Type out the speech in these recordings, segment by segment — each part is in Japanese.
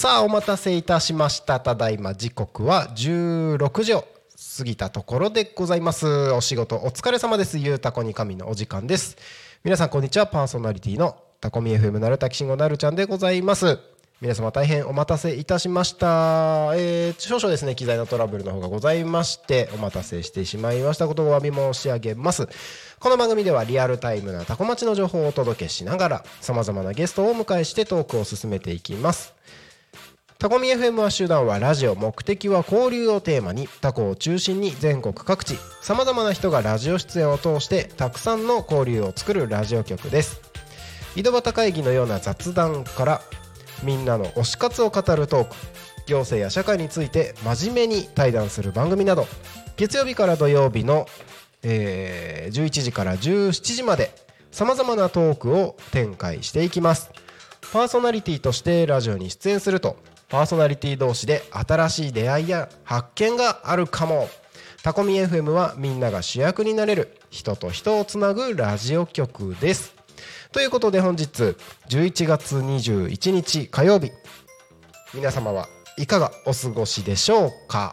さあお待たせいたしました。ただいま時刻は16時を過ぎたところでございます。お仕事お疲れ様です。ゆうたこに神のお時間です。皆さんこんにちは。パーソナリティのタコミ FM なるたきしんごなるちゃんでございます。皆様大変お待たせいたしました。少々ですね機材のトラブルの方がございましてお待たせしてしまいましたことをお詫び申し上げます。この番組ではリアルタイムなタコ町の情報をお届けしながら様々なゲストをお迎えしてトークを進めていきます。タコミ FM は手段はラジオ、目的は交流をテーマにタコを中心に全国各地様々な人がラジオ出演を通してたくさんの交流を作るラジオ局です。井戸端会議のような雑談からみんなの推し活を語るトーク、行政や社会について真面目に対談する番組など月曜日から土曜日の、11時から17時まで様々なトークを展開していきます。パーソナリティとしてラジオに出演するとパーソナリティ同士で新しい出会いや発見があるかも。タコミ FM はみんなが主役になれる人と人をつなぐラジオ局です。ということで本日11月21日火曜日、皆様はいかがお過ごしでしょうか。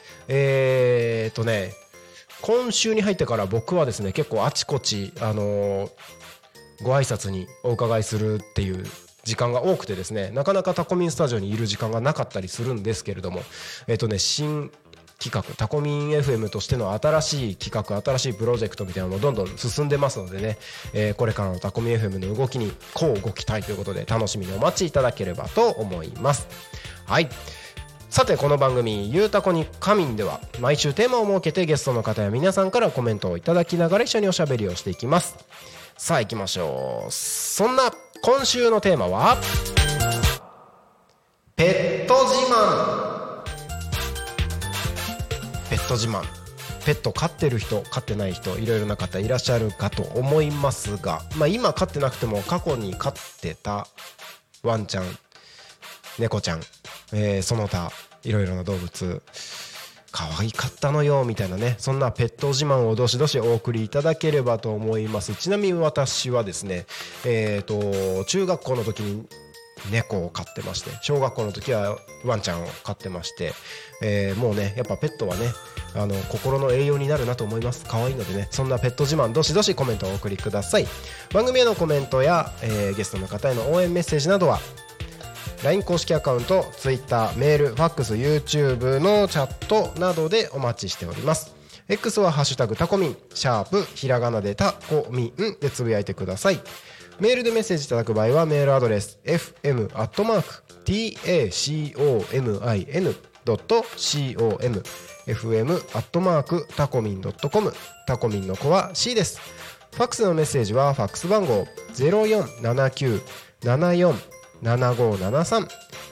今週に入ってから僕はですね結構あちこちご挨拶にお伺いするっていう時間が多くてですね、なかなかタコミンスタジオにいる時間がなかったりするんですけれども、新企画タコミン FM としての新しい企画、新しいプロジェクトみたいなのもどんどん進んでますのでね、これからのタコミン FM の動きにこうご期待ということで楽しみにお待ちいただければと思います。はい、さてこの番組ゆうたこに神んでは毎週テーマを設けてゲストの方や皆さんからコメントをいただきながら一緒におしゃべりをしていきます。さあ行きましょう。そんな今週のテーマはペット自慢。ペット自慢、ペット飼ってる人飼ってない人いろいろな方いらっしゃるかと思いますが、今飼ってなくても過去に飼ってたワンちゃん、猫ちゃん、その他いろいろな動物可愛かったのよみたいなね、そんなペット自慢をどしどしお送りいただければと思います。ちなみに私はですね、中学校の時に猫を飼ってまして、小学校の時はワンちゃんを飼ってまして、もうねやっぱペットはね心の栄養になるなと思います。可愛いのでね、そんなペット自慢どしどしコメントをお送りください。番組へのコメントや、ゲストの方への応援メッセージなどは LINE 公式アカウント、Twitter、メール、ファックス、YouTube のチャットなどでお待ちしております。 X はハッシュタグタコミン、シャープひらがなでタコミンでつぶやいてください。メールでメッセージいただく場合はメールアドレス fm@tacomin.com fm@tacomin.com タコミンの子は C です。ファックスのメッセージはファックス番号 0479747573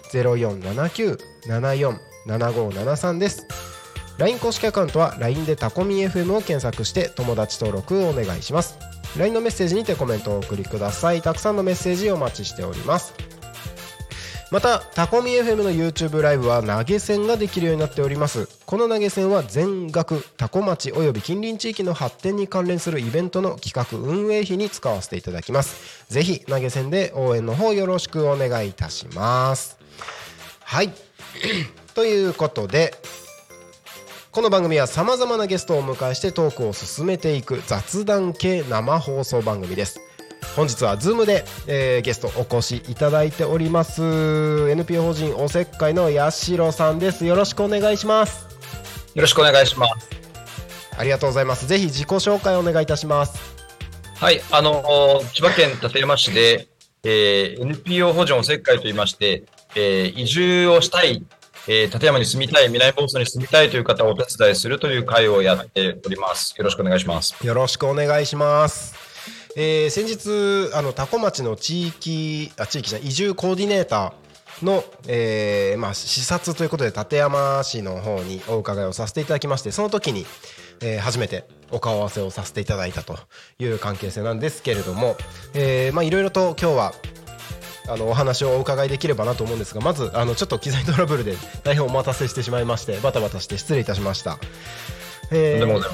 0479747573 です。 LINE 公式アカウントは LINE でタコミン FM を検索して友達登録をお願いします。 LINE のメッセージにてコメントをお送りください。たくさんのメッセージお待ちしております。またタコミ FM の YouTube ライブは投げ銭ができるようになっております。この投げ銭は全額タコ町および近隣地域の発展に関連するイベントの企画運営費に使わせていただきます。ぜひ投げ銭で応援の方よろしくお願いいたします。はいということでこの番組は様々なゲストをお迎えしてトークを進めていく雑談系生放送番組です。本日は Zoom で、ゲストお越しいただいております。 NPO 法人おせっかいの八代さんです。よろしくお願いします。 よろしくお願いします。 ありがとうございます。ぜひ自己紹介お願いいたします。 はい、千葉県館山市で、NPO 法人おせっかいといいまして、移住をしたい、館山に住みたい、南房総に住みたいという方をお手伝いするという会をやっております。よろしくお願いします。 よろしくお願いします。先日多古町の地域じゃ移住コーディネーターの、視察ということで館山市の方にお伺いをさせていただきまして、その時に、初めてお顔合わせをさせていただいたという関係性なんですけれども、いろいろと今日はお話をお伺いできればなと思うんですが、まずちょっと機材トラブルで大変お待たせしてしまいましてバタバタして失礼いたしました。ちょっ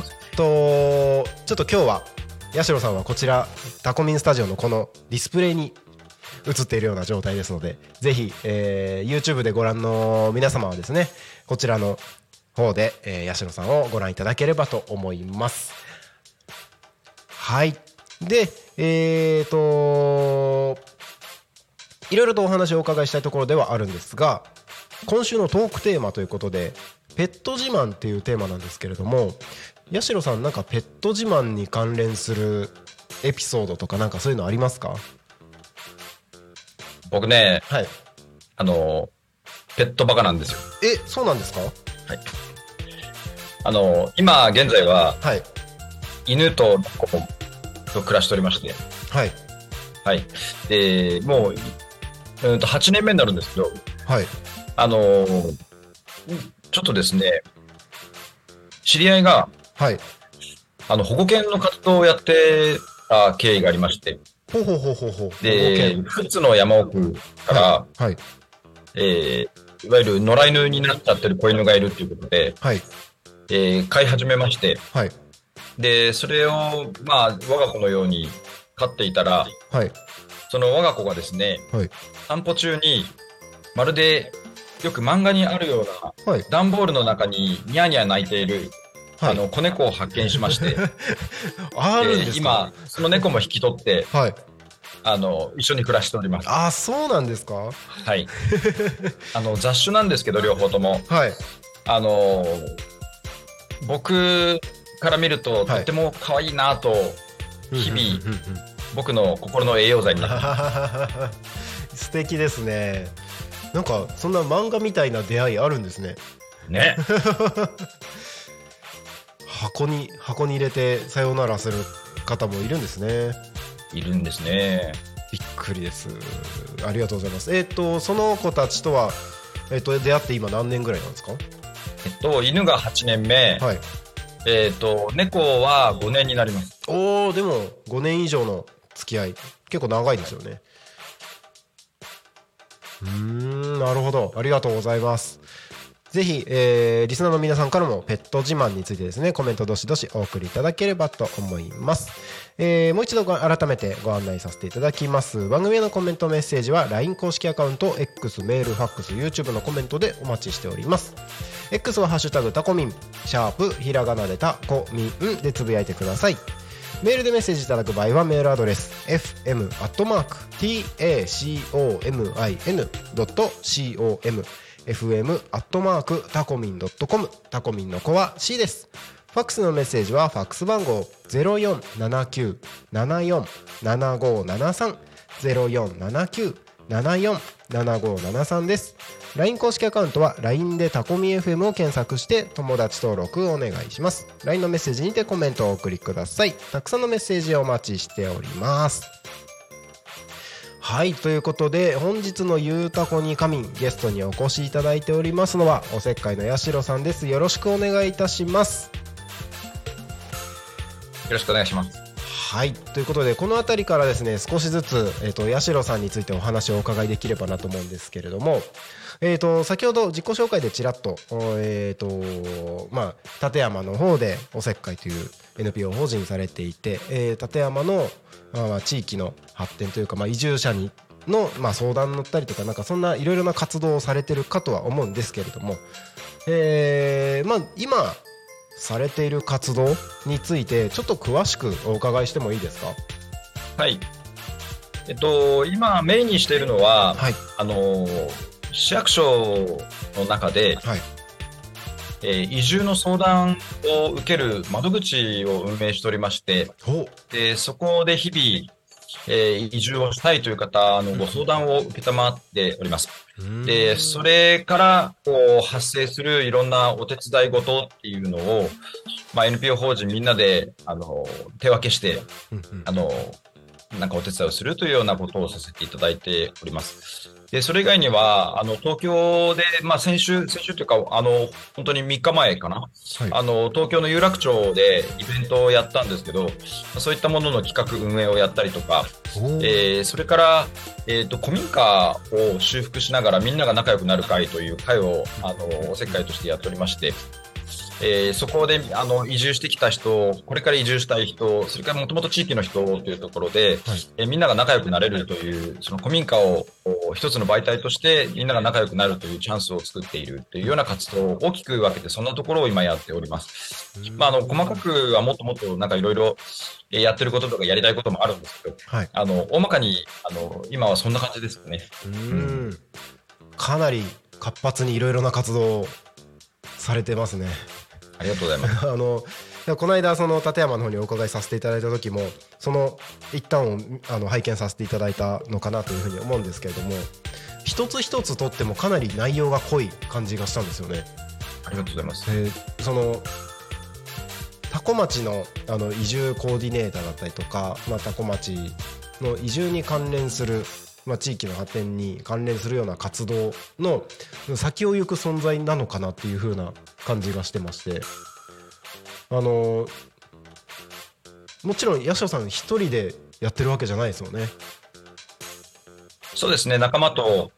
と今日は八代さんはこちらタコミンスタジオのこのディスプレイに映っているような状態ですので、ぜひ、YouTube でご覧の皆様はですね、こちらの方で、八代さんをご覧いただければと思います。はい。で、いろいろとお話をお伺いしたいところではあるんですが、今週のトークテーマということでペット自慢っていうテーマなんですけれども、八代さん、なんかペット自慢に関連するエピソードとかなんかそういうのありますか？ 僕ね、 はい。 ペットバカなんですよ。 そうなんですか？ はい。今現在ははい。 犬と猫と暮らしておりまして、 はい。 はい。で、もう、8年目になるんですけど、 はい。 あのーちょっとですね、知り合いが、 はい。 保護犬の活動をやってた経緯がありまして、 ほうほうほうほうほう。保護で、 犬。 富津の山奥かはい。 ら、 はい。 いわゆる野良犬になっちゃってる子犬がいるっていうことで、 はい。 飼い始めまして、 はい。 で、それを、まあ、我が子のように飼っていたら、 はい。 その我が子がですね、 はい。 散歩中に、まるでよく漫画にあるような、 はい。 段ボールの中にニャーニャー泣いている、 はい。 子猫を発見しまして、 あるんですか？ 今、その猫も引き取って、 はい。 一緒に暮らしております。 そうなんですか？ はい。雑種なんですけど、両方とも。 はい。 あの、僕から見ると、 はい。 とても可愛いなと、日々、 うんうんうんうん。 僕の心の栄養剤になってます。 素敵ですね。なんかそんな漫画みたいな出会いあるんですね。 ね。 箱に入れてさよならする方もいるんですね。 いるんですね。 びっくりです。ありがとうございます。その子たちとは、出会って今何年ぐらいなんですか？ 犬が8年目、 はい。 猫は5年になります。 でも5年以上の付き合い、結構長いですよね。なるほど、ありがとうございます。ぜひ、リスナーの皆さんからもペット自慢についてですね、コメントどしどしお送りいただければと思います。もう一度改めてご案内させていただきます。番組へのコメントメッセージは LINE 公式アカウント、X、メール、ファックス、YouTube のコメントでお待ちしております。X はハッシュタグタコミン、ひらがなでタコミンでつぶやいてください。メールでメッセージいただく場合はメールアドレス fm@tacomin.com fm@tacomin.com タコミンの子は C です。ファックスのメッセージはファックス番号 0479747573 0479747573です。 LINE 公式アカウントは LINE でタコミ FM を検索して友達登録お願いします。 LINE のメッセージにてコメントをお送りください。たくさんのメッセージをお待ちしております。はい、ということで本日のゆうたこに仮眠、ゲストにお越しいただいておりますのはおせっかいの八代さんです。よろしくお願いいたします。 よろしくお願いします。 はい、ということでこの辺りからですね、少しずつ、八代さんについてお話をお伺いできればなと思うんですけれども、先ほど自己紹介でちらっと、立山の方でおせっかいという NPO 法人されていて、立山の、地域の発展というか、移住者にの、相談乗ったりとか、なんかそんないろいろな活動をされてるかとは思うんですけれども、今されている活動についてちょっと詳しくお伺いしてもいいですか？ はい。今メインにしているのは、 はい。 市役所の中で、 はい。 移住の相談を受ける窓口を運営しておりまして、でそこで日々、移住をしたいという方のご相談を受けたまっております。で、それから発生するいろんなお手伝い事っていうのを、NPO 法人みんなで手分けして、なんかお手伝いをするというようなことをさせていただいております。で、それ以外には、東京で、先週というか、本当に3日前かな、はい、東京の有楽町でイベントをやったんですけど、そういったものの企画運営をやったりとか、それから、古民家を修復しながらみんなが仲良くなる会という会を、おせっかいとしてやっておりまして、 そこで移住してきた人、これから移住したい人、それからもともと地域の人というところで、みんなが仲良くなれるという、その古民家を一つの媒体としてみんなが仲良くなるというチャンスを作っているというような活動を大きく分けて、そんなところを今やっております。細かくはもっともっとなんかいろいろやってることとかやりたいこともあるんですけど、大まかに今はそんな感じですね。 かなり活発にいろいろな活動をされてますね。 ありがとうございますこの間その立山の方にお伺いさせていただいた時もその一端を拝見させていただいたのかなというふうに思うんですけれども、一つ一つとってもかなり内容が濃い感じがしたんですよね。 ありがとうございます。 その多古町の移住コーディネーターだったりとか、多古町の移住に関連する、地域の発展に関連するような活動の先を行く存在なのかなっていう風な感じがしてまして、もちろん八代さん一人でやってるわけじゃないですよね。 そうですね、仲間と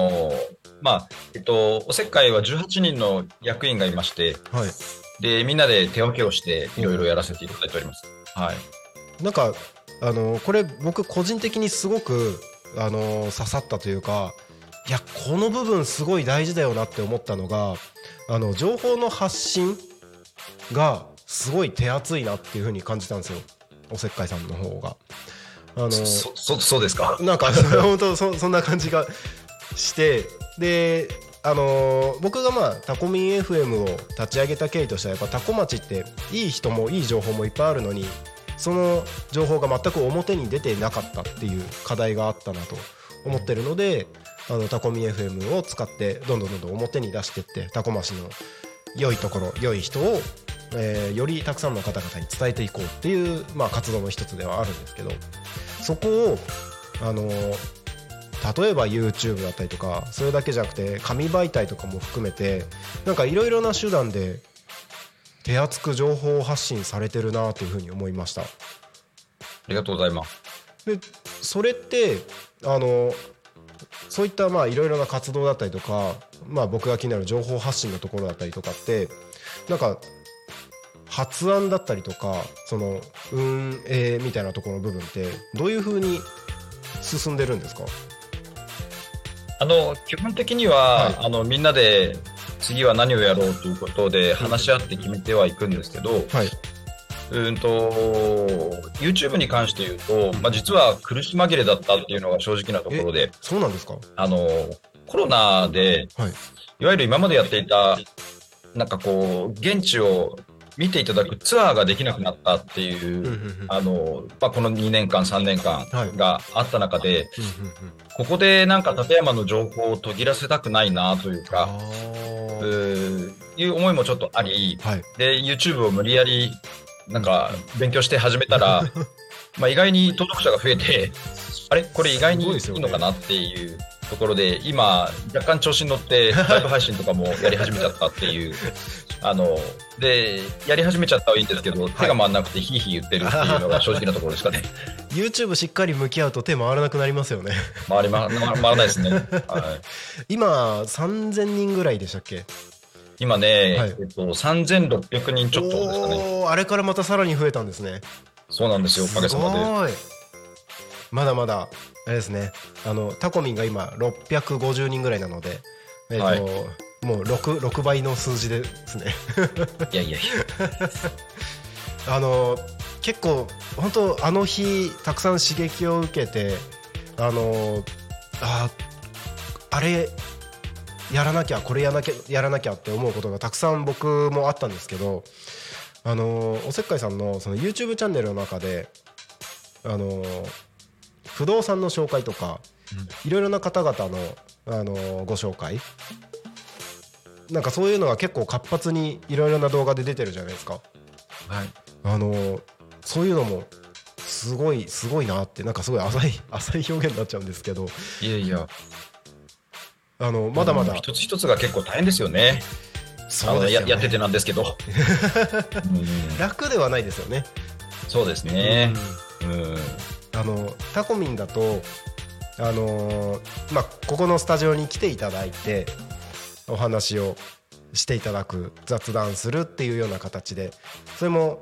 おせっかいは18人の役員がいまして、でみんなで手分けをしていろいろやらせていただいております。 なんかこれ僕個人的にすごく刺さったというか、いやこの部分すごい大事だよなって思ったのが、情報の発信がすごい手厚いなっていう風に感じたんですよ、おせっかいさんの方が。 そうですか。 なんか本当そんな感じがして、で僕がタコミン FM を立ち上げた経緯としては、やっぱタコ町っていい人もいい情報もいっぱいあるのに、その情報が全く表に出てなかったっていう課題があったなと思ってるので、タコミン FM を使ってどんどん表に出していって、タコ町の良いところ良い人を、よりたくさんの方々に伝えていこうっていう、活動の一つではあるんですけど、そこを例えば YouTube だったりとか、それだけじゃなくて紙媒体とかも含めて、なんかいろいろな手段で手厚く情報発信されてるなというふうに思いました。 ありがとうございます。 でそれってそういったいろいろな活動だったりとか、僕が気になる情報発信のところだったりとかって、なんか発案だったりとか、その運営みたいなところの部分ってどういうふうに進んでるんですか？ 基本的には、みんなで次は何をやろうということで話し合って決めてはいくんですけど、YouTube に関して言うと、実は苦し紛れだったっていうのが正直なところで。 そうなんですか？ コロナで、いわゆる今までやっていたなんかこう現地を見ていただくツアーができなくなったっていう、この2年間3年間があった中で、ここでなんか立山の情報を途切らせたくないなというか、いう思いもちょっとあり、で YouTube を無理やりなんか勉強して始めたら意外に登録者が増えて、あれこれ意外にいいのかなっていうところで、今若干調子に乗ってライブ配信とかもやり始めちゃったっていうでやり始めちゃったはいいんですけど、手が回らなくてヒーヒー言ってるっていうのが正直なところですかね。 YouTube しっかり向き合うと手回らなくなりますよね。 回らないですね。 今3000人ぐらいでしたっけ？ 今ね、3600人ちょっとですかね。 あれからまたさらに増えたんですね。 そうなんですよ、おかげさまで。 まだまだあれですね、タコミンが今650人ぐらいなので、もう 6倍の数字ですね。 いやいや結構本当あの日たくさん刺激を受けて、あれやらなきゃこれやらなきゃって思うことがたくさん僕もあったんですけど、おせっかいさんのその YouTube チャンネルの中で不動産の紹介とか、いろいろな方々のご紹介、なんかそういうのが結構活発にいろいろな動画で出てるじゃないですか。そういうのもすごいなって、なんかすごい浅い表現になっちゃうんですけど、 いやまだまだ一つ一つが結構大変ですよね。 そうですよね。 やっててなんですけど楽ではないですよね。 そうですね。 タコミンだとここのスタジオに来ていただいて、 お話をしていただく、雑談するっていうような形で、それも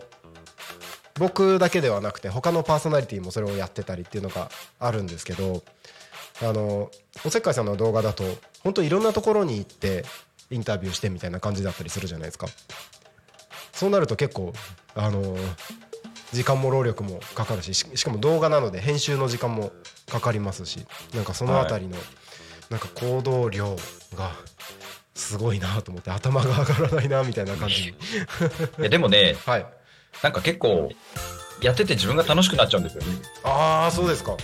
僕だけではなくて他のパーソナリティもそれをやってたりっていうのがあるんですけど、おせっかいさんの動画だと本当いろんなところに行ってインタビューしてみたいな感じだったりするじゃないですか。そうなると結構時間も労力もかかるし、しかも動画なので編集の時間もかかりますし、なんかそのあたりのなんか行動量がすごいなと思って、頭が上がらないなみたいな感じにでもね、 はい、 なんか結構やってて自分が楽しくなっちゃうんですよね。 ああそうですか。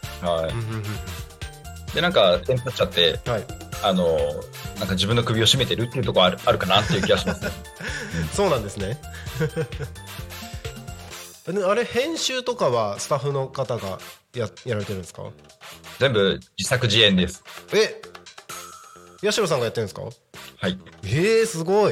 はいでなんかテンパっちゃって、 はい、 なんか自分の首を絞めてるっていうところあるかなっていう気がしますねそうなんですねあれ編集とかはスタッフの方がやられてるんですか？ 全部自作自演です。 八代さんがやってるんですか？ はい。 すごい。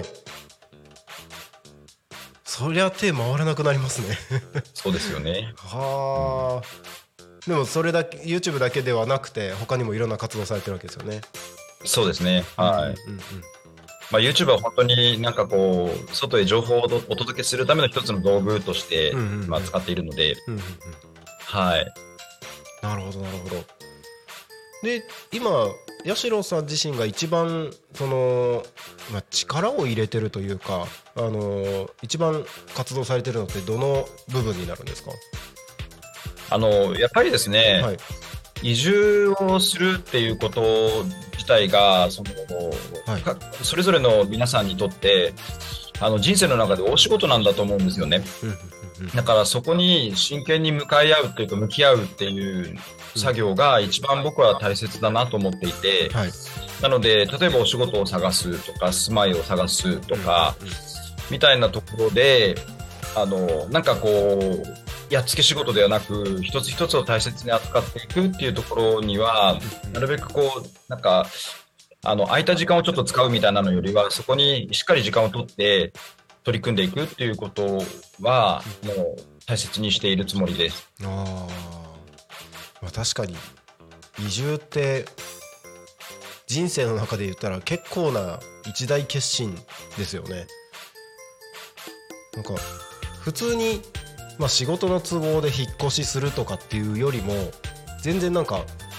そりゃ手回らなくなりますねそうですよね。 はあ、でもそれだけ YouTube だけではなくて他にもいろんな活動されてるわけですよね。 そうですね。はい。YouTube は本当になんかこう外へ情報をお届けするための一つの道具として使っているので、はい。 なるほどなるほど。で今八代さん自身が一番力を入れてるというか、一番活動されてるのってどの部分になるんですか？ やっぱりですね、はい、移住をするっていうこと自体がはい、それぞれの皆さんにとって人生の中で大仕事なんだと思うんですよね。だからそこに真剣に向かい合うっていうか向き合うっていう作業が一番僕は大切だなと思っていて、はい、なので例えばお仕事を探すとか住まいを探すとか、みたいなところでなんかこうやっつけ仕事ではなく一つ一つを大切に扱っていくっていうところにはなるべくこうなんか空いた時間をちょっと使うみたいなのよりはそこにしっかり時間を取って取り組んでいくっていうことはもう大切にしているつもりです。 まあ、確かに移住って人生の中で言ったら結構な一大決心ですよね。なんか普通に、仕事の都合で引っ越しするとかっていうよりも全然なんか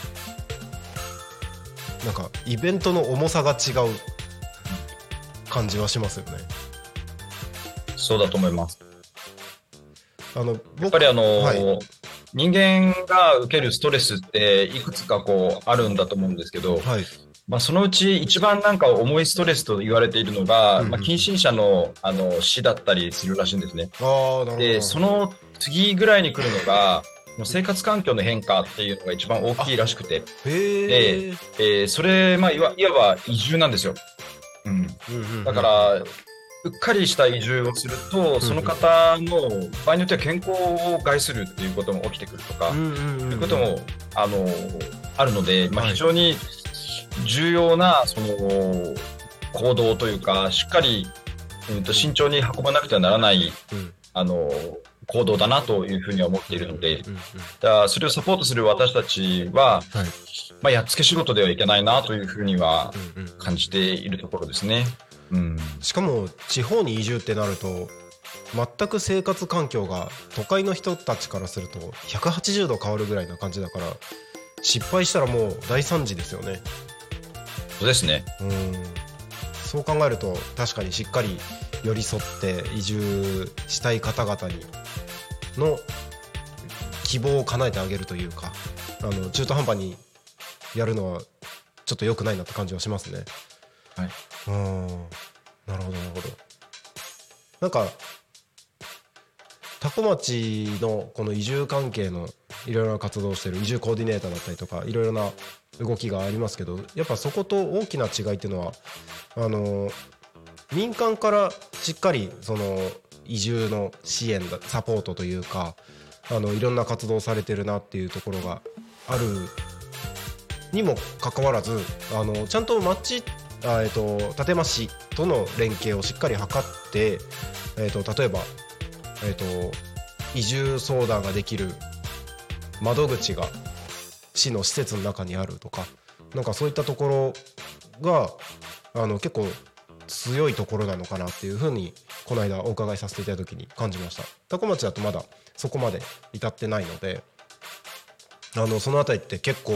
イベントの重さが違う感じはしますよね。 そうだと思います。 やっぱりはい、人間が受けるストレスっていくつかこうあるんだと思うんですけど、はい、そのうち一番なんか重いストレスと言われているのが、近親者の死だったりするらしいんですね。で、その次ぐらいに来るのが生活環境の変化っていうのが一番大きいらしくて、で、それいわば移住なんですよ。だからうっかりした移住をすると、その方の場合によっては健康を害するっていうことも起きてくるとか、そういうこともあるので、非常に重要なその行動というか、しっかり慎重に運ばなくてはならない行動だなというふうには思っているので、だからそれをサポートする私たちは、やっつけ仕事ではいけないなというふうには感じているところですね。 しかも地方に移住ってなると全く生活環境が都会の人たちからすると180度変わるぐらいな感じだから、失敗したらもう大惨事ですよね。 そうですね。 そう考えると確かにしっかり寄り添って移住したい方々にの希望を叶えてあげるというか、中途半端にやるのはちょっと良くないなって感じはしますね。 はい。 なるほどなるほど。なんか多古町のこの移住関係のいろいろな活動をしている移住コーディネーターだったりとかいろいろな動きがありますけど、やっぱそこと大きな違いっていうのは民間からしっかりその移住の支援だサポートというかいろんな活動されてるなっていうところがあるにもかかわらずちゃんと立山市との連携をしっかり図って、例えば、移住相談ができる窓口が市の施設の中にあるとか、なんかそういったところが結構強いところなのかなっていうふうにこの間お伺いさせていただいた時に感じました。多古町だとまだそこまで至ってないので、そのあたりって結構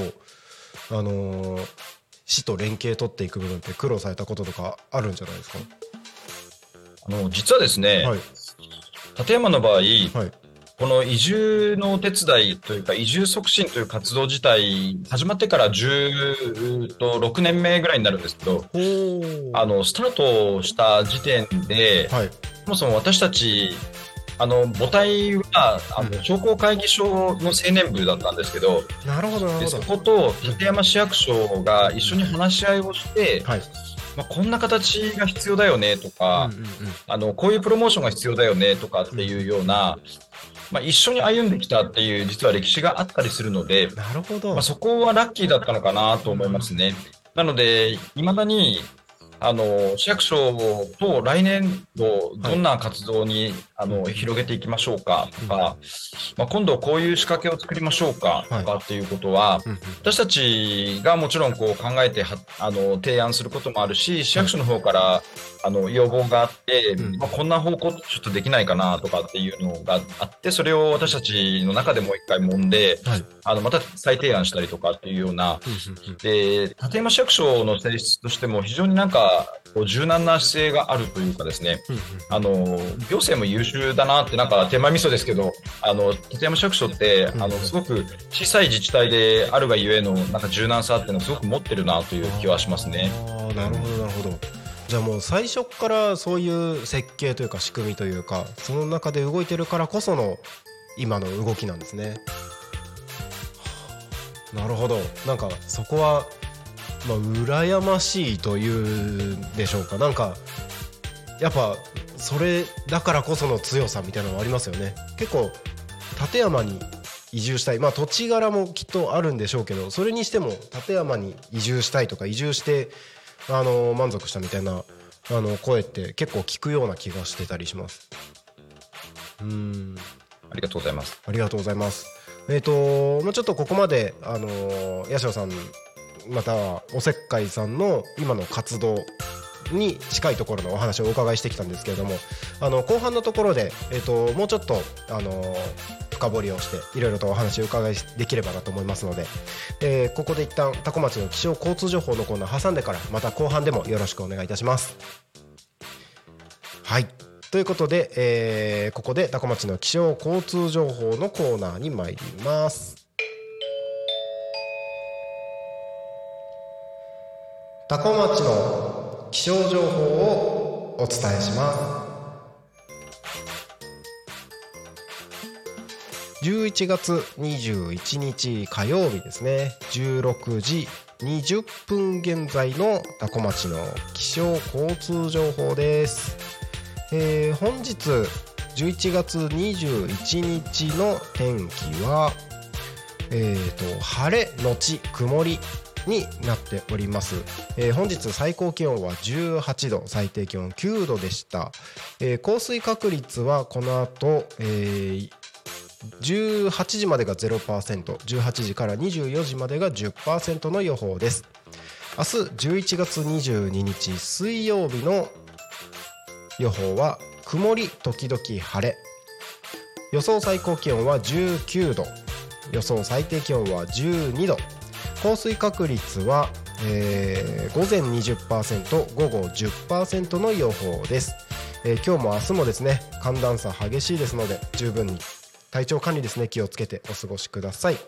市と連携取っていく部分って苦労されたこととかあるんじゃないですか？ 実はですね、 はい、 立山の場合、 はい、 この移住のお手伝いというか、移住促進という活動自体、始まってから6年目ぐらいになるんですけど、 ほー、 スタートした時点で、 はい、 そもそも私たち、母体は、商工会議所の青年部だったんですけど、 なるほどなるでそほど、 こと立山市役所が一緒に話し合いをして、 はい、 こんな形が必要だよねとか、 うん、 こういうプロモーションが必要だよねとかっていうような、一緒に歩んできたっていう実は歴史があったりするので、 なるほど、 そこはラッキーだったのかなと思いますね。なので、未だに、市役所と来年度どんな活動に、広げていきましょうかとか、今度こういう仕掛けを作りましょうかとかっていうことは、私たちがもちろんこう考えて提案することもあるし、市役所の方から要望があって、こんな方向ちょっとできないかなとかっていうのがあって、それを私たちの中でもう一回揉んで、また再提案したりとかっていうような、で、立山市役所の性質としても非常になんかこう柔軟な姿勢があるというかですね、行政も優秀だなって、なんか手前味噌ですけど、立山市役所って、すごく小さい自治体であるがゆえのなんか柔軟さっていうのをすごく持ってるなという気はしますね。 なるほどなるほど。じゃあもう最初からそういう設計というか仕組みというか、その中で動いてるからこその今の動きなんですね。なるほど。なんかそこは羨ましいというんでしょうか。なんかやっぱそれだからこその強さみたいなのもありますよね。結構立山に移住したい、土地柄もきっとあるんでしょうけど、それにしても立山に移住したいとか移住して満足したみたいな声って結構聞くような気がしてたりします。 ありがとうございます。 ありがとうございます。もうちょっとここまで八代さんまたはおせっかいさんの今の活動に近いところのお話をお伺いしてきたんですけれども、後半のところで、もうちょっと、深掘りをしていろいろとお話を伺いできればなと思いますので、ここで一旦多古町の気象交通情報のコーナー挟んでからまた後半でもよろしくお願いいたします。はい、ということで、ここで多古町の気象交通情報のコーナーに参ります。多古町の気象情報をお伝えします。11月21日火曜日ですね、16時20分現在の多古町の気象交通情報です。本日11月21日の天気は、晴れのち曇りになっております。本日最高気温は18度、最低気温9度でした。降水確率はこの後、18時までが 0%、18時から24時までが 10% の予報です。明日11月22日水曜日の予報は曇り時々晴れ、予想最高気温は19度、予想最低気温は12度、降水確率は、午前 20%、午後 10% の予報です。今日も明日もですね、寒暖差激しいですので十分に体調管理ですね、気をつけてお過ごしください。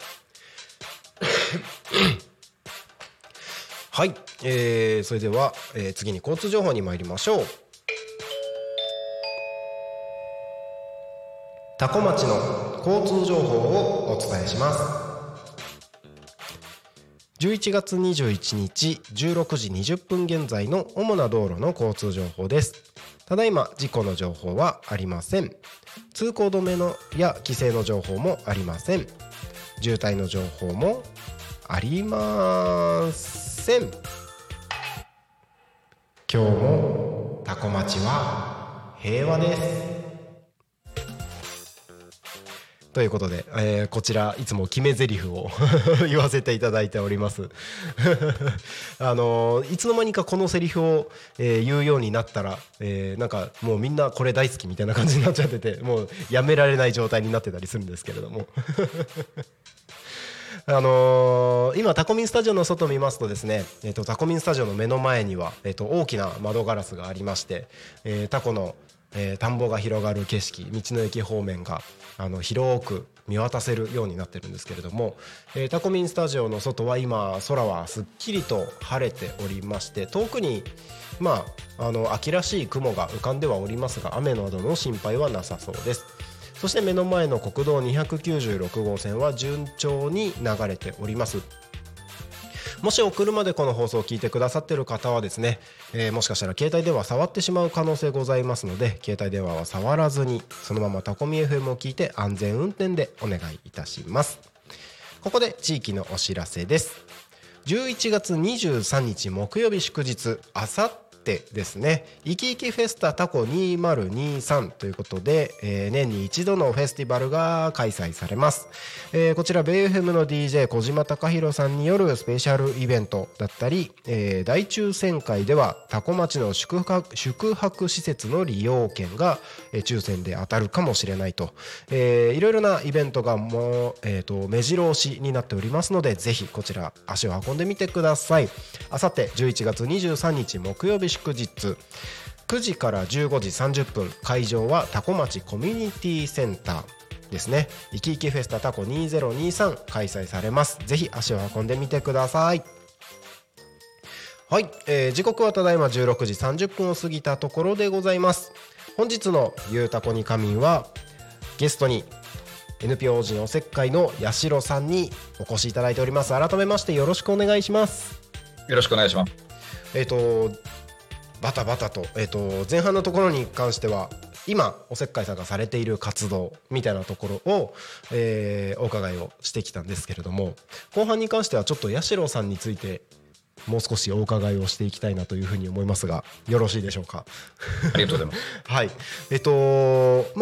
はい、それでは、次に交通情報に参りましょう。多古町の交通情報をお伝えします。11月21日16時20分現在の主な道路の交通情報です。ただいま事故の情報はありません。通行止めのや規制の情報もありません。渋滞の情報もありません。今日も多古町は平和です。 ということで、こちらいつも決め台詞を言わせていただいておりますいつの間にかこのセリフを、言うようになったら、なんかもうみんなこれ大好きみたいな感じになっちゃってて、もうやめられない状態になってたりするんですけれども今タコミンスタジオの外を見ますとですね、タコミンスタジオの目の前には、大きな窓ガラスがありまして、タコの田んぼが広がる景色、道の駅方面が広く見渡せるようになってるんですけれども、タコミンスタジオの外は今空はすっきりと晴れておりまして、遠くに秋らしい雲が浮かんではおりますが、雨などの心配はなさそうです。そして目の前の国道296号線は順調に流れております。もしお車でこの放送を聞いてくださっている方はですね、もしかしたら携帯電話触ってしまう可能性ございますので、携帯電話は触らずにそのままタコミ FM を聞いて安全運転でお願いいたします。ここで地域のお知らせです。11月23日木曜日祝日、あさってですね、いきいきフェスタタコ2023ということで、年に一度のフェスティバルが開催されます。こちらベイフェムの DJ 小島貴弘さんによるスペシャルイベントだったり、大抽選会ではタコ町の宿泊施設の利用券が、抽選で当たるかもしれないと、いろいろなイベントがもう、目白押しになっておりますので、ぜひこちら足を運んでみてください。あさって11月23日木曜日祝日、9時から15時30分、会場はタコ町コミュニティセンターですね。いきいきフェスタタコ2023開催されます。ぜひ足を運んでみてください。はい、時刻はただいま16時30分を過ぎたところでございます。本日のゆうたこに仮眠はゲストに NPO 法人おせっかいの八代さんにお越しいただいております。改めましてよろしくお願いします。 よろしくお願いします。 バタバタと、前半のところに関しては今おせっかいさんがされている活動みたいなところを、お伺いをしてきたんですけれども、後半に関してはちょっと八代さんについてもう少しお伺いをしていきたいなというふうに思いますが、よろしいでしょうか。 ありがとうございます。 はい、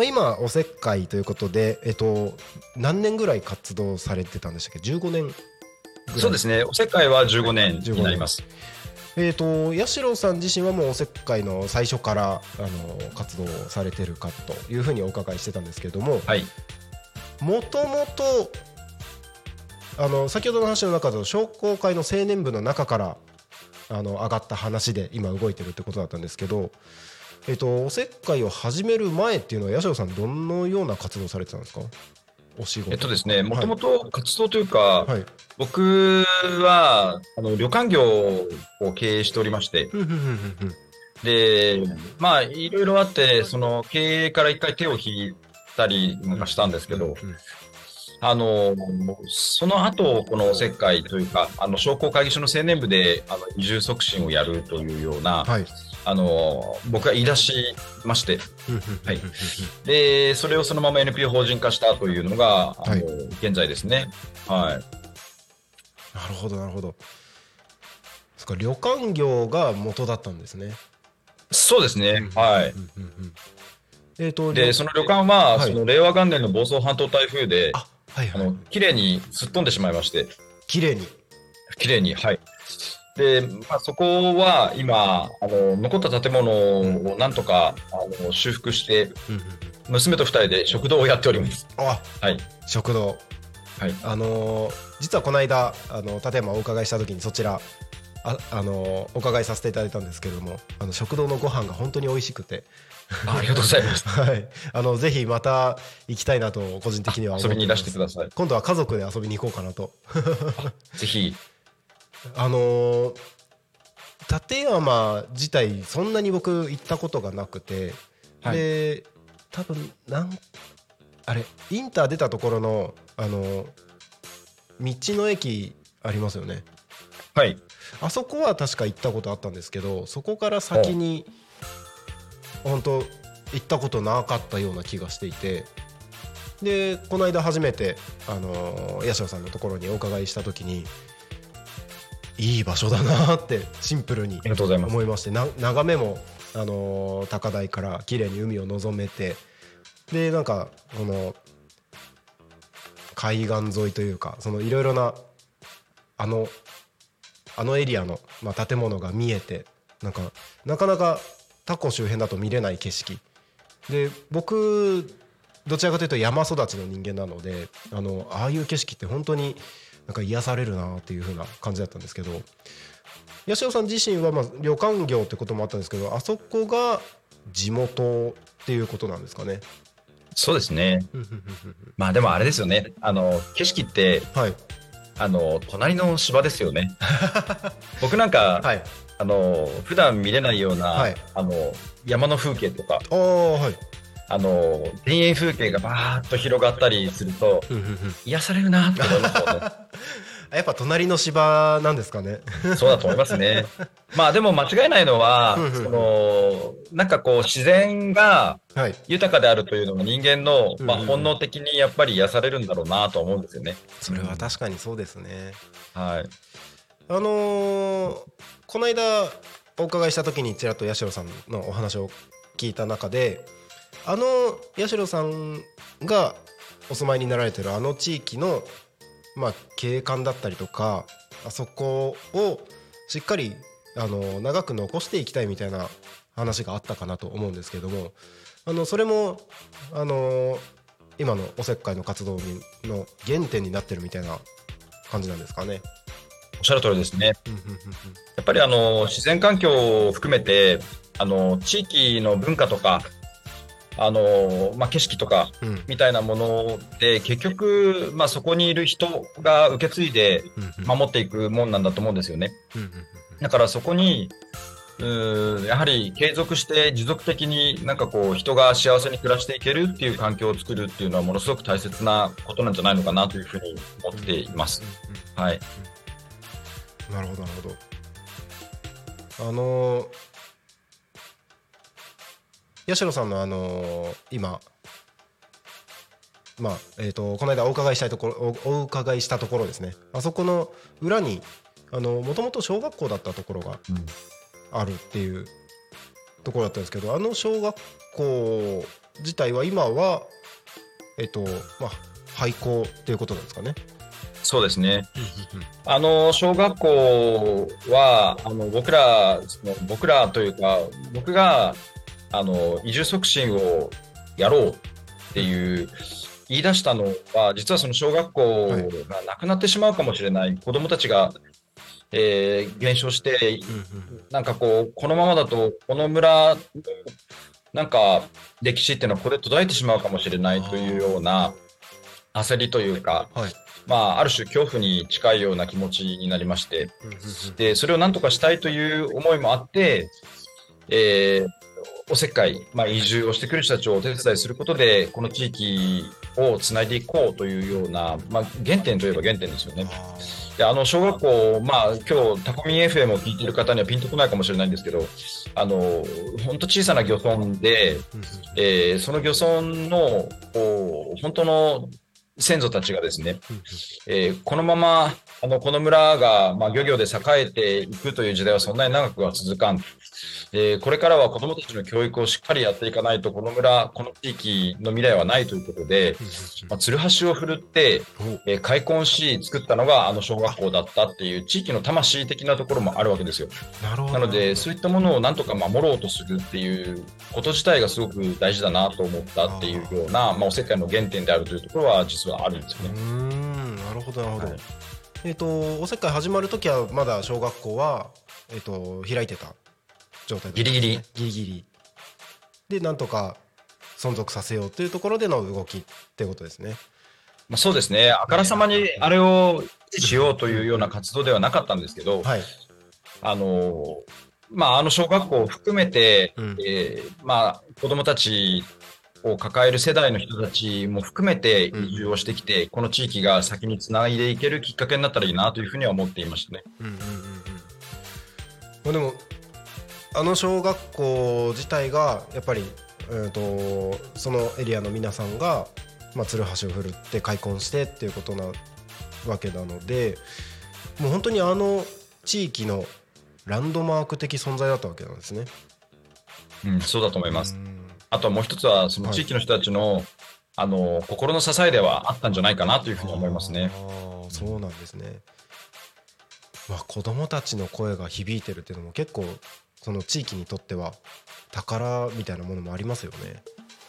今おせっかいということで、何年ぐらい活動されてたんでしたっけ。15年ぐらい。 そうですね、おせっかいは15年になります。 八代さん自身はもうおせっかいの最初から活動されてるかというふうにお伺いしてたんですけれども、もともと先ほどの話の中で商工会の青年部の中から上がった話で今動いてるってことだったんですけど、おせっかいを始める前っていうのは八代さんどのような活動されてたんですか。お仕事。 ですね、もともと活動というか、 はい、 僕は旅館業を経営しておりまして、で、まあいろいろあってその経営から一回手を引いたりなんかしたんですけど、その後このおせっかいというか商工会議所の青年部で移住促進をやるというような、はい、僕が言い出しまして、はい、でそれをそのまま NPO 法人化したというのが現在ですね。はい。 なるほどなるほど。そっか、旅館業が元だったんですね。 そうですね。はい。でその旅館は、はい、その令和元年の房総半島台風で綺麗にすっ飛んでしまいまして。 綺麗に、 はい。で、そこは今残った建物をなんとか修復して、娘と2人で食堂をやっております。 はい。食堂。 はい。 実はこの間立山をお伺いした時にそちらお伺いさせていただいたんですけれども、食堂のご飯が本当に美味しくてありがとうございます。 はい、ぜひまた行きたいなと個人的には思ってます。 遊びにいらしてください。 今度は家族で遊びに行こうかなとぜひ。 立山自体そんなに僕行ったことがなくて、はい、で多分あれインター出たところの道の駅ありますよね。 はい。 あそこは確か行ったことあったんですけど、そこから先に本当行ったことなかったような気がしていて、でこの間初めて八代さんのところにお伺いした時にいい場所だなってシンプルに思いまして、眺めも高台から綺麗に海を望めて、でなんか海岸沿いというか、そのいろいろなあのエリアの、建物が見えて、なかなかタコ周辺だと見れない景色で、僕どちらかというと山育ちの人間なので、ああいう景色って本当に癒されるなっていう風な感じだったんですけど、八代さん自身は旅館業ってこともあったんですけど、あそこが地元っていうことなんですかね。 そうですね。でもあれですよね。景色って、 はい。 隣の芝ですよね。僕なんか、 はい。 普段見れないような、 はい。 山の風景とか、 ああ、はい。 田園風景がバーッと広がったりすると、癒されるなって思いますよね。 やっぱ隣の芝なんですかね。 そうだと思いますね。でも間違いないのは、自然がはい。 豊かであるというのが人間の、 うんうんうん本能的にやっぱり癒されるんだろうなと思うんですよね。 それは確かにそうですね。 はい。 この間お伺いした時にちらっと八代さんのお話を聞いた中で、八代さんがお住まいになられてるあの地域の景観だったりとか、あそこをしっかり長く残していきたいみたいな話があったかなと思うんですけども、それも今のおせっかいの活動の原点になってるみたいな感じなんですかね。 おっしゃる通りですね。やっぱり自然環境を含めて、地域の文化とか、景色とかみたいなもので、結局、そこにいる人が受け継いで守っていくもんなんだと思うんですよね。だからそこにやはり継続して持続的に人が幸せに暮らしていけるっていう環境を作るっていうのはものすごく大切なことなんじゃないのかなというふうに思っています。はい。 なるほどなるほど。八代さんの今この間お伺いしたところですね。あそこの裏にもともと小学校だったところがあるっていうところだったんですけど、小学校自体は今は廃校っていうことなんですかね。 そうですね。小学校は僕らというか、僕が移住促進をやろうっていう言い出したのは、実はその小学校がなくなってしまうかもしれない、子どもたちが、減少して、このままだとこの村の歴史っていうのはこれ途絶えてしまうかもしれないというような焦りというか、ある種恐怖に近いような気持ちになりまして、でそれを何とかしたいという思いもあって、おせっかい、移住をしてくる人たちをお手伝いすることで、この地域をつないでいこうというような、原点といえば原点ですよね。で小学校、今日タコミン FM を聞いている方にはピンとこないかもしれないんですけど、本当小さな漁村で、その漁村の本当の先祖たちがですね、このままこの村が、漁業で栄えていくという時代はそんなに長くは続かん。これからは子どもたちの教育をしっかりやっていかないと、この村、この地域の未来はないということで、ツルハシを振るって、開墾し作ったのが小学校だったっていう地域の魂的なところもあるわけですよ。なので、そういったものをなんとか守ろうとするっていうこと自体がすごく大事だなと思ったっていうような、おせっかいの原点であるというところは実はあるんですよね。 なるほどなるほど。おせっかい始まるときはまだ小学校は、開いてた状態だったんですね。ギリギリでなんとか存続させようというところでの動きってことですね。 そうですね。あからさまにあれをしようというような活動ではなかったんですけど、小学校を含めて、子どもたちを抱える世代の人たちも含めて移住をしてきて、この地域が先につないでいけるきっかけになったらいいなというふうには思っていましたね。 でも小学校自体がやっぱり、そのエリアの皆さんが、ツルハシを振るって開墾してっていうことなわけなので、もう本当に地域のランドマーク的存在だったわけなんですね。 そうだと思います。あとはもう一つはその地域の人たちの、 心の支えではあったんじゃないかなというふうに思いますね。 そうなんですね。まあ、子どもたちの声が響いてるっていうのも結構その地域にとっては宝みたいなものもありますよね。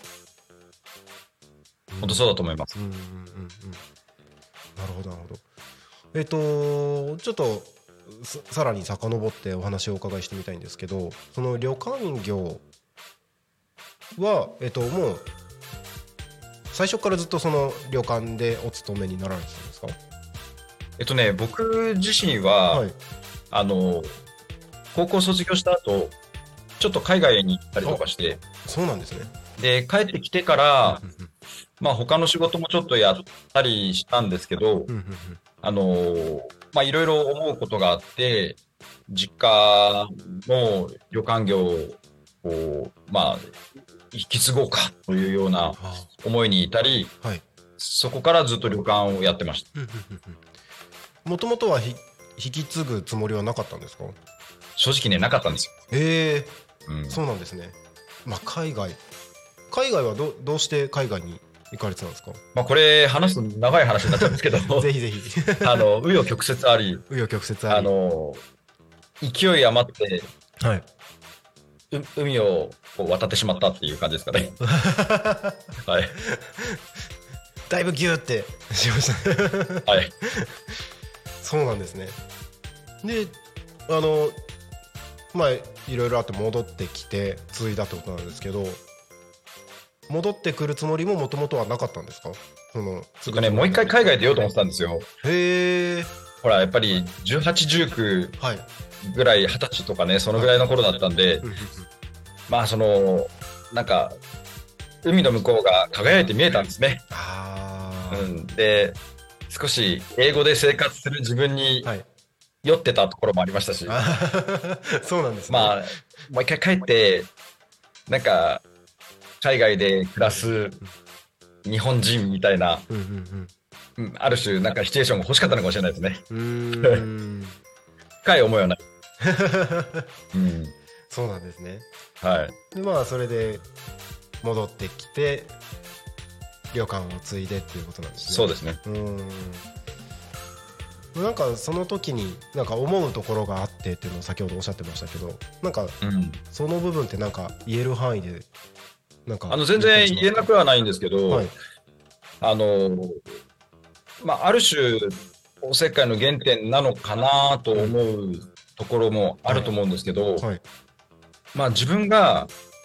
本当そうだと思います。 なるほどなるほど。ちょっとさらに遡ってお話をお伺いしてみたいんですけど、その旅館業はもう最初からずっとその旅館でお勤めになられてたんですか？ 僕自身は、 はい、 高校卒業した後、ちょっと海外に行ったりとかして、 そうなんですね。 で、帰ってきてから、まあ他の仕事もちょっとやったりしたんですけど、まあいろいろ思うことがあって、実家の旅館業を、まあ、引き継ごうかというような思いに至り、 はい、 そこからずっと旅館をやってました。 もともとは引き継ぐつもりはなかったんですか？ 正直ね、なかったんですよ。 そうなんですね。まあ海外はどうして海外に行かれてたんですか？ まあこれ話すと長い話になっちゃうんですけどぜひぜひ紆余曲折あり、 紆余曲折あり、 勢い余って、 はい、 海をこう渡ってしまったっていう感じですかね。はい。 だいぶギューってしましたはい。 そうなんですね。でまあいろいろあって戻ってきて継いだってことなんですけど、戻ってくるつもりももともとはなかったんですか？そのもう一回海外出ようと思ってたんですよ。 へえ。 ほら、やっぱり18、19 はいぐらい、20歳とかね、そのぐらいの頃だったんで、まあなんか、海の向こうが輝いて見えたんですね。で、少し英語で生活する自分に酔ってたところもありましたし、 そうなんですね。 まあ、もう一回帰って、なんか、海外で暮らす日本人みたいな、ある種、なんかシチュエーションが欲しかったのかもしれないですね。深い思いはない。 そうなんですね。 はい。 でまあそれで戻ってきて旅館を継いでっていうことなんですね。 そうですね。 なんかその時になんか思うところがあってっていうのを先ほどおっしゃってましたけど、なんかその部分ってなんか言える範囲でなんか全然言えなくはないんですけど、 はい、 まあ、ある種おせっかいの原点なのかなと思うところもあると思うんですけど、まあ自分が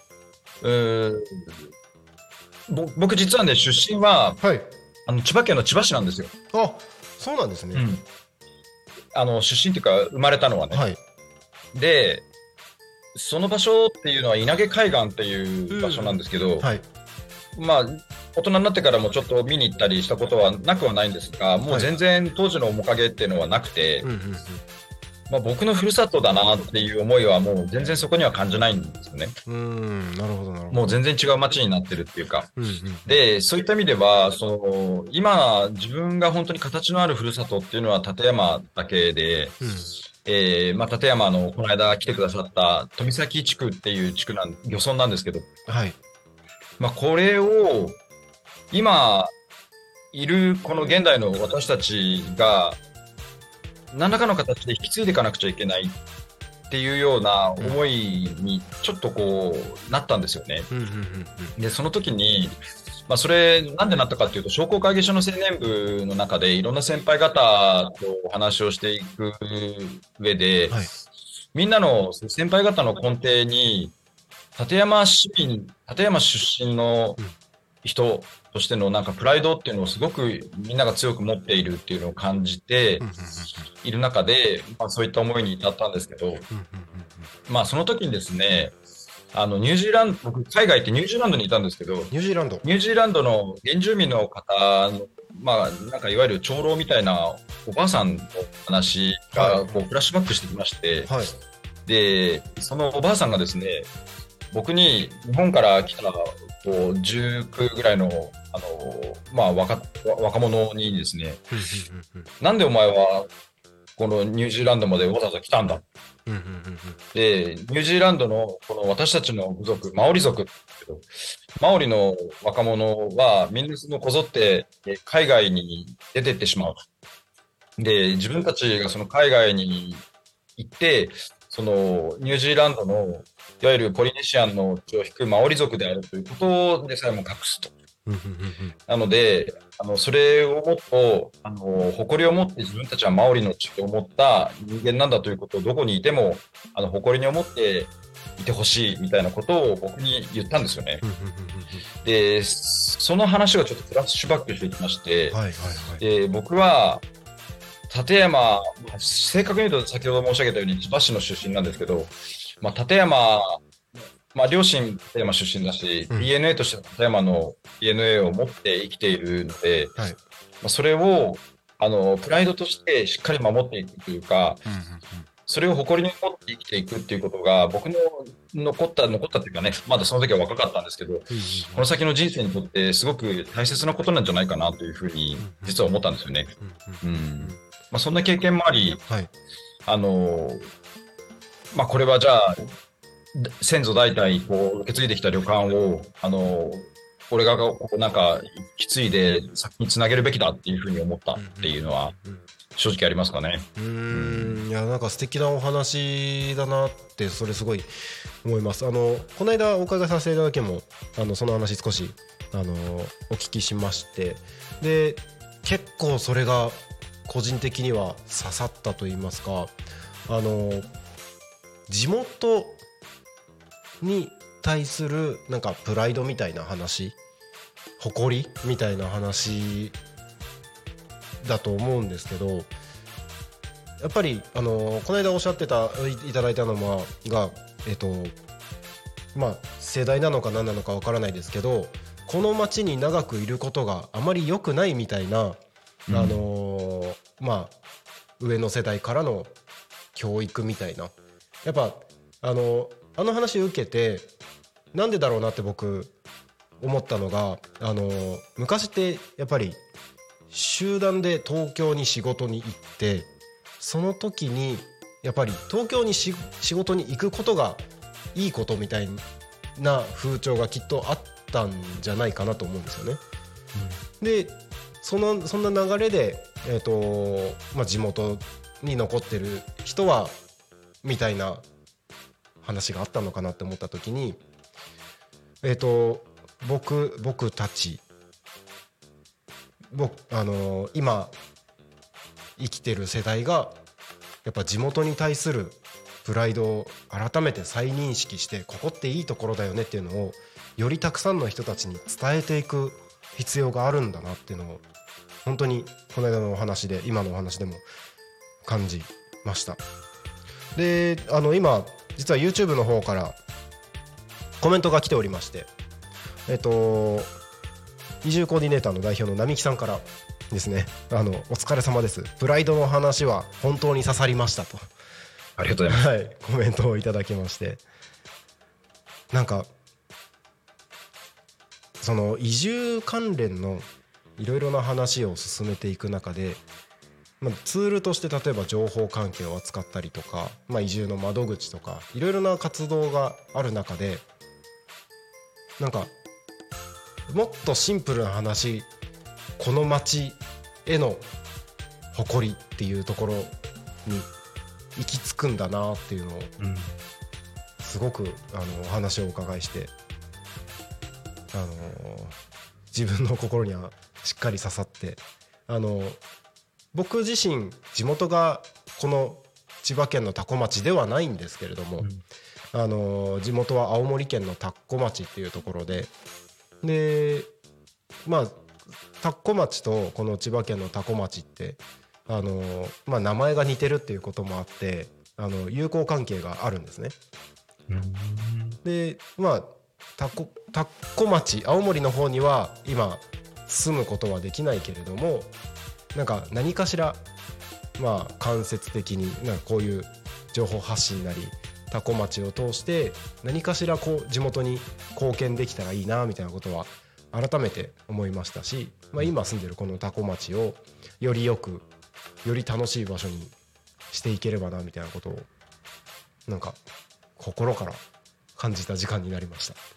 僕実はね出身は、千葉県の千葉市なんですよ。 あ、そうなんですね。 出身っていうか生まれたのはね。で、その場所っていうのは稲毛海岸っていう場所なんですけど、まあ大人になってからもちょっと見に行ったりしたことはなくはないんですが、もう全然当時の面影っていうのはなくて、まあ僕のふるさとだなっていう思いはもう全然そこには感じないんですよね。 なるほどなるほど。 もう全然違う街になってるっていうか。で、そういった意味では、今自分が本当に形のあるふるさとっていうのは立山だけで、まあ立山のこの間来てくださった富崎地区っていう地区漁村なんですけど、まあこれを今いるこの現代の私たちが何らかの形で引き継いでいかなくちゃいけないっていうような思いにちょっとこうなったんですよね。で、その時に、まあそれなんでなったかっていうと、商工会議所の青年部の中でいろんな先輩方とお話をしていく上で、みんなの先輩方の根底に立山出身の人としてのなんかプライドっていうのをすごくみんなが強く持っているっていうのを感じている中で、まあ、そういった思いに至ったんですけど、まあその時にですね、ニュージーランド、僕海外ってニュージーランドにいたんですけど、ニュージーランドの原住民の方の、まあなんかいわゆる長老みたいなおばあさんの話がこうフラッシュバックしてきまして、で、そのおばあさんがですね、僕に日本から来た19ぐらいの、まあ若者にですね、なんでお前はこのニュージーランドまでわざわざ来たんだ。で、ニュージーランドのこの私たちの部族、マオリ族って言うけど、マオリの若者はみんなそのこぞって海外に出てってしまう。で、自分たちがその海外に行って、そのニュージーランドのいわゆるポリネシアンの血を引くマオリ族であるということでさえも隠すと。なので、それをもっと、誇りを持って自分たちはマオリの血を持った人間なんだということをどこにいても、誇りに思っていてほしいみたいなことを僕に言ったんですよね。で、その話がちょっとフラッシュバックしてきまして、で、僕は、立山、正確に言うと先ほど申し上げたように千葉市の出身なんですけど、立山、両親立山出身だし、DNA として立山の DNA を持って生きているので、それをプライドとしてしっかり守っていくというか、それを誇りに持って生きていくっていうことが僕の残ったっていうかね、まだその時は若かったんですけど、この先の人生にとってすごく大切なことなんじゃないかなというふうに実は思ったんですよね。そんな経験もあり、これはじゃあ先祖代々こう受け継いできた旅館を俺がこうなんか引き継いで先につなげるべきだっていうふうに思ったっていうのは正直ありますかね。 いやなんか素敵なお話だなってそれすごい思います。この間お伺いさせていただけもその話少しお聞きしまして、で結構それが個人的には刺さったと言いますか、地元に対するなんかプライドみたいな話、誇りみたいな話だと思うんですけど、やっぱりこの間おっしゃっていただいたのが世代なのか何なのかわからないですけど、この町に長くいることがあまり良くないみたいな、上の世代からの教育みたいな、やっぱあの話受けてなんでだろうなって僕思ったのが、昔ってやっぱり集団で東京に仕事に行って、その時にやっぱり東京に仕事に行くことがいいことみたいな風潮がきっとあったんじゃないかなと思うんですよね。でそんな流れで、地元に残ってる人はみたいな話があったのかなって思った時に、僕たち今生きてる世代がやっぱ地元に対するプライドを改めて再認識して、ここっていいところだよねっていうのをよりたくさんの人たちに伝えていく必要があるんだなっていうのを本当にこの間のお話で今のお話でも感じました。で今実は YouTube の方からコメントが来ておりまして、移住コーディネーターの代表の並木さんからですね、お疲れ様です、プライドの話は本当に刺さりましたと、 ありがとうございます、 はい、コメントをいただきまして、なんかその移住関連のいろいろな話を進めていく中で、ツールとして例えば情報関係を扱ったりとか、移住の窓口とかいろいろな活動がある中で、なんかもっとシンプルな話、この町への誇りっていうところに行き着くんだなっていうのを、すごくお話をお伺いして、自分の心にはしっかり刺さって、僕自身地元がこの千葉県の多古町ではないんですけれども、地元は青森県の田子町っていうところで、田子町とこの千葉県の多古町って名前が似てるっていうこともあって友好関係があるんですね。で田子町、青森の方には今住むことはできないけれども、何かしら間接的にこういう情報発信なり多古町を通して何かしら地元に貢献できたらいいなみたいなことは改めて思いましたし、今住んでるこの多古町をよりよくより楽しい場所にしていければなみたいなことをなんか心から感じた時間になりました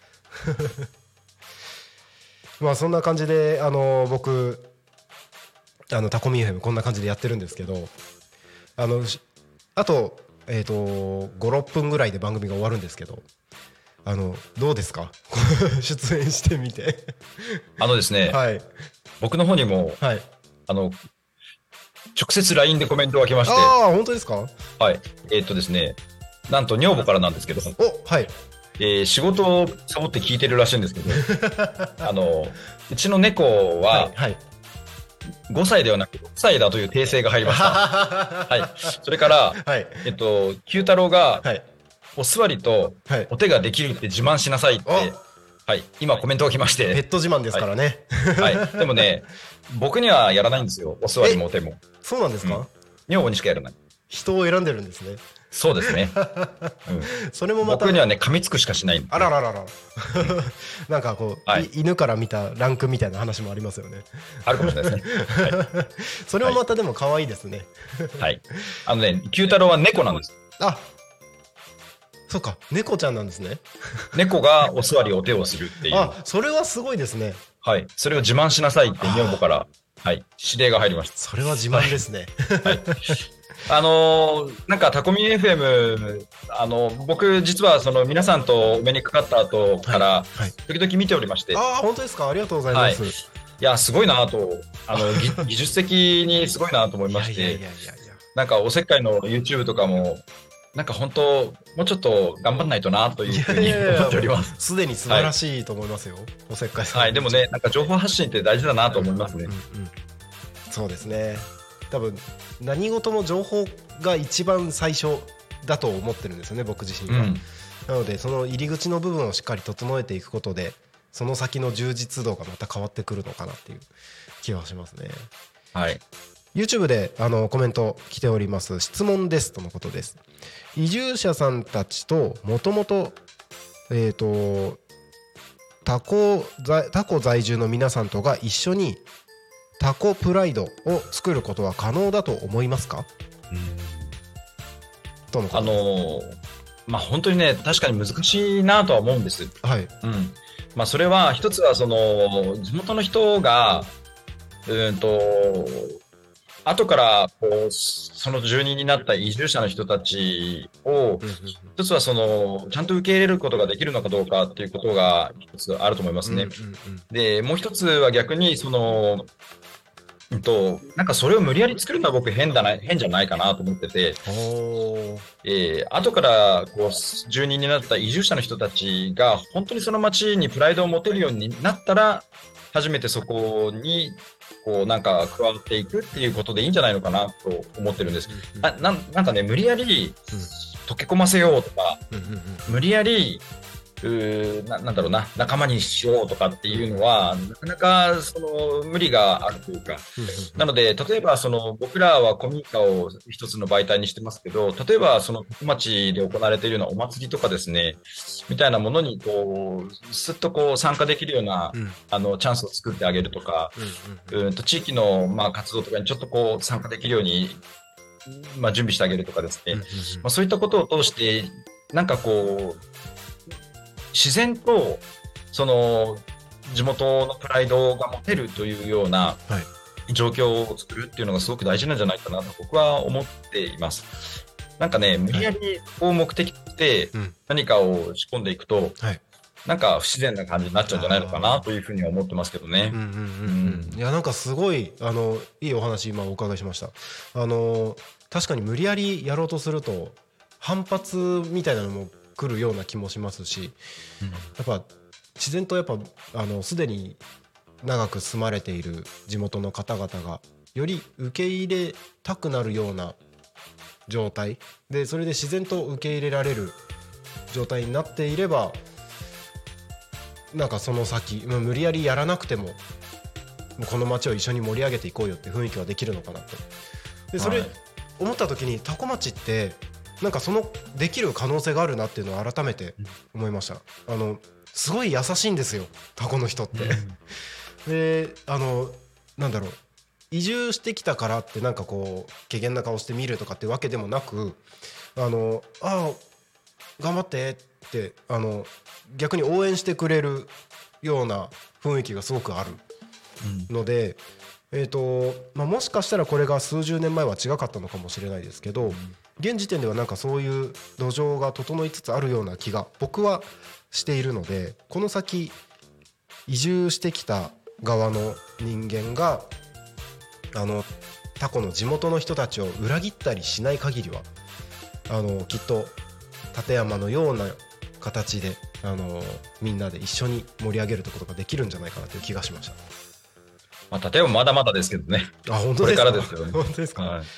まあそんな感じで僕タコミ FM こんな感じでやってるんですけど、あと5,6 分ぐらいで番組が終わるんですけど、どうですか出演してみてですね、 はい、 僕の方にも、 はい、 直接 LINE でコメントが来まして、 ああ本当ですか。 はい、ですね、なんと女房からなんですけど、 はい、 仕事をサボって聞いてるらしいんですけどうちの猫は、 はい、 5歳ではなく6歳だという訂正が入りました。はい。それから、 はい、 九太郎が、 はい、 お座りとお手ができるって自慢しなさいって、はい。今コメントが来まして。 ペット自慢ですからね。 はい。はい、でもね、僕にはやらないんですよ。お座りもお手も。 そうなんですか？ 女房にしかやらない。 人を選んでるんですね。 そうですね。 それもまた僕にはね噛みつくしかしない。 あらららら。なんかこう、犬から見たランクみたいな話もありますよね。 あるかもしれないですね。 それもまたでも可愛いですね。 はい。九太郎は猫なんです。 あ、そうか、猫ちゃんなんですね。 猫がお座りお手をするっていう。 あ、それはすごいですね。 はい。それを自慢しなさいって女房から、はい、指令が入りました。 それは自慢ですね。 はい。なんかタコミ FM、僕実はその皆さんとお目にかかった後から時々見ておりまして、 ああ本当ですか？ありがとうございます。 いやすごいなと技術的にすごいなと思いまして、なんかおせっかいの YouTube とかもなんか本当もうちょっと頑張らないとなというふうに思っております。 すでに素晴らしいと思いますよ、おせっかいさん。 はい、でもねなんか情報発信って大事だなと思いますね。 そうですね。多分何事も情報が一番最初だと思ってるんですよね、僕自身は。なのでその入り口の部分をしっかり整えていくことでその先の充実度がまた変わってくるのかなっていう気はしますね。 はい。 YouTube でコメント来ております。質問ですとのことです。移住者さんたちともともとタコ在住の皆さんとが一緒にタコプライドを作ることは可能だと思いますか？とのことです。 まあ本当にね確かに難しいなとは思うんです。 はい。 まあそれは一つはその地元の人が後からこうその住人になった移住者の人たちを一つはそのちゃんと受け入れることができるのかどうかっていうことが一つあると思いますね。でもう一つは逆にそのなんかそれを無理やり作るのは僕変じゃないかなと思ってて、後からこう住人になった移住者の人たちが本当にその町にプライドを持てるようになったら初めてそこにこうなんか加わっていくっていうことでいいんじゃないのかなと思ってるんです。なんかね無理やり溶け込ませようとか、無理やりなんだろうな仲間にしようとかっていうのはなかなかその無理があるというか、なので例えばその僕らは古民家を一つの媒体にしてますけど、例えばその町で行われているようなお祭りとかですねみたいなものにこうすっとこう参加できるような、チャンスを作ってあげるとか、地域のまあ活動とかにちょっとこう参加できるようにまあ準備してあげるとかですね、まあ、そういったことを通してなんかこう自然とその地元のプライドが持てるというような状況を作るっていうのがすごく大事なんじゃないかなと僕は思っています。なんかね無理やりこう目的で何かを仕込んでいくと、なんか不自然な感じになっちゃうんじゃないのかなというふうには思ってますけどね。 いやなんかすごいいいお話今お伺いしました。確かに無理やりやろうとすると反発みたいなのも来るような気もしますし、やっぱ自然とやっぱすでに長く住まれている地元の方々がより受け入れたくなるような状態で、それで自然と受け入れられる状態になっていれば、なんかその先無理やりやらなくてもこの街を一緒に盛り上げていこうよって雰囲気はできるのかなと。でそれ思った時にタコ町ってなんかそのできる可能性があるなっていうのを改めて思いました。すごい優しいんですよタコの人って、でなんだろう移住してきたからってなんかこう怪げな顔して見るとかってわけでもなく、頑張ってって逆に応援してくれるような雰囲気がすごくあるので、もしかしたらこれが数十年前は違かったのかもしれないですけど、現時点ではなんかそういう土壌が整いつつあるような気が僕はしているので、この先移住してきた側の人間がタコの地元の人たちを裏切ったりしない限りはきっと立山のような形でみんなで一緒に盛り上げることができるんじゃないかなという気がしました。 例えばまだまだですけどね。 本当ですか。 これからですよね。 本当ですか。はい、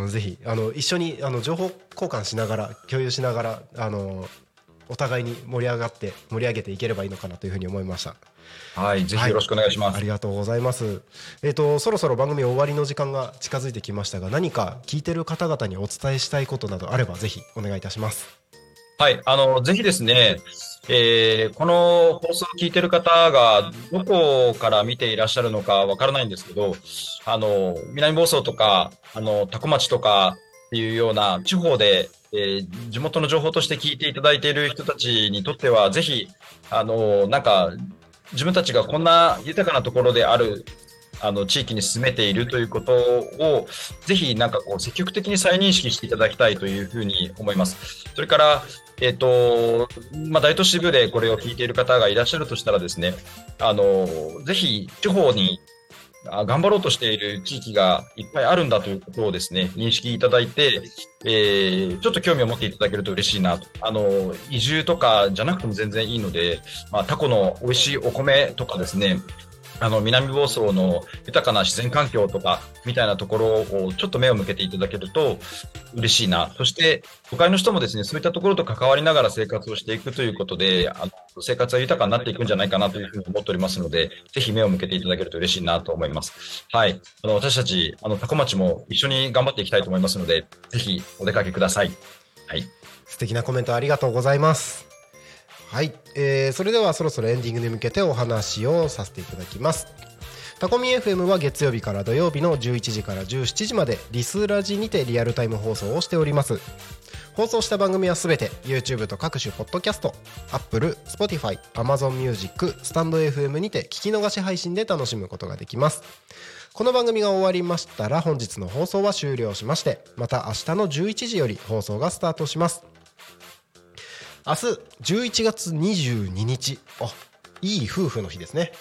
ぜひ一緒に情報交換しながら共有しながらお互いに盛り上げていければいいのかなというふうに思いました。 はい、ぜひよろしくお願いします。 ありがとうございます。そろそろ番組終わりの時間が近づいてきましたが、何か聞いてる方々にお伝えしたいことなどあればぜひお願いいたします。 はい、ぜひですね、この放送を聞いてる方がどこから見ていらっしゃるのかわからないんですけど、南房総とか多古町とかっていうような地方で、地元の情報として聞いていただいている人たちにとっては、ぜひなんか自分たちがこんな豊かなところである地域に住めているということをぜひなんかこう積極的に再認識していただきたいというふうに思います。それから大都市部でこれを聞いている方がいらっしゃるとしたらですね、ぜひ地方に頑張ろうとしている地域がいっぱいあるんだということをですね、認識いただいて、ちょっと興味を持っていただけると嬉しいなと。移住とかじゃなくても全然いいので、タコの美味しいお米とかですね、南房総の豊かな自然環境とかみたいなところをちょっと目を向けていただけると嬉しいな。そして都会の人もですね、そういったところと関わりながら生活をしていくということで、生活は豊かになっていくんじゃないかなというふうに思っておりますので、ぜひ目を向けていただけると嬉しいなと思います。はい。私たち、多古町も一緒に頑張っていきたいと思いますので、ぜひお出かけください。はい。 素敵なコメントありがとうございます。はい、それではそろそろエンディングに向けてお話をさせていただきます。タコミ FM は月曜日から土曜日の11時から17時までリスラジにてリアルタイム放送をしております。放送した番組はすべて YouTube と各種ポッドキャスト、Apple、Spotify、Amazon Music、スタンド FM にて聞き逃し配信で楽しむことができます。この番組が終わりましたら本日の放送は終了しまして、また明日の11時より放送がスタートします。明日11月22日、いい夫婦の日ですね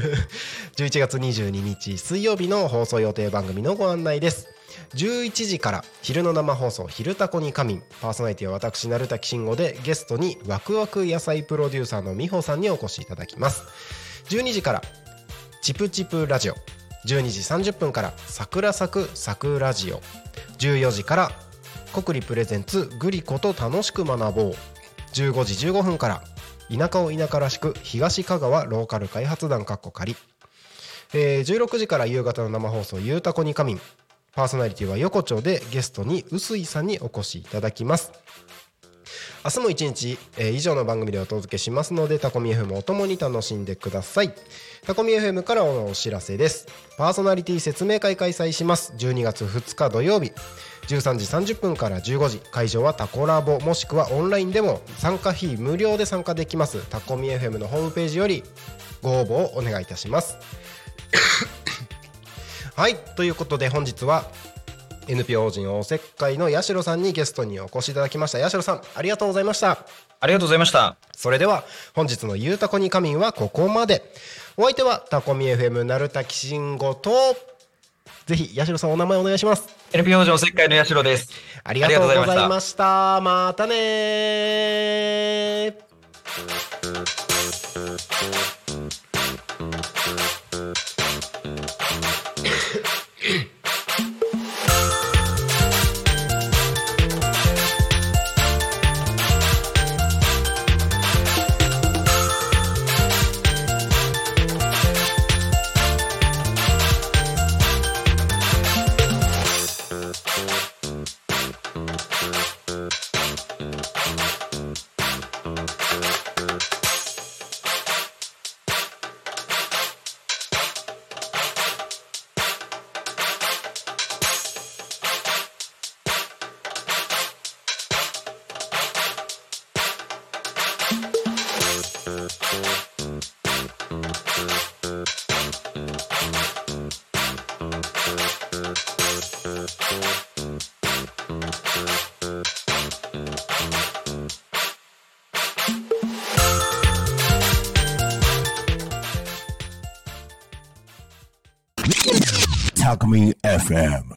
11月22日水曜日の放送予定番組のご案内です。11時から昼の生放送昼タコに仮眠、パーソナリティは私鳴滝慎吾で、ゲストにワクワク野菜プロデューサーの美穂さんにお越しいただきます。12時からチプチプラジオ、12時30分から桜咲く咲くラジオ、14時から国立プレゼンツグリコと楽しく学ぼう、15時15分から田舎を田舎らしく東香川ローカル開発団かっこ仮、16時から夕方の生放送ゆうたこに仮眠、パーソナリティは横丁で、ゲストに臼井さんにお越しいただきます。明日も1日、以上の番組でお届けしますので、タコミ FM をともに楽しんでください。タコミ FM からお知らせです。パーソナリティ説明会開催します。12月2日土曜日13時30分から15時、会場はタコラボもしくはオンラインでも参加費無料で参加できます。タコミ FM のホームページよりご応募をお願いいたしますはい、ということで本日は NPO 法人おせっかいの八代さんにゲストにお越しいただきました。八代さん、ありがとうございました。 ありがとうございました。 それでは本日のゆうたこに仮眠はここまで。お相手はタコミ FM 鳴滝慎吾と、ぜひ八代さんお名前お願いします。 NPO 法人おせっかいの八代です。 ありがとうございました。またね。 Talk Me FM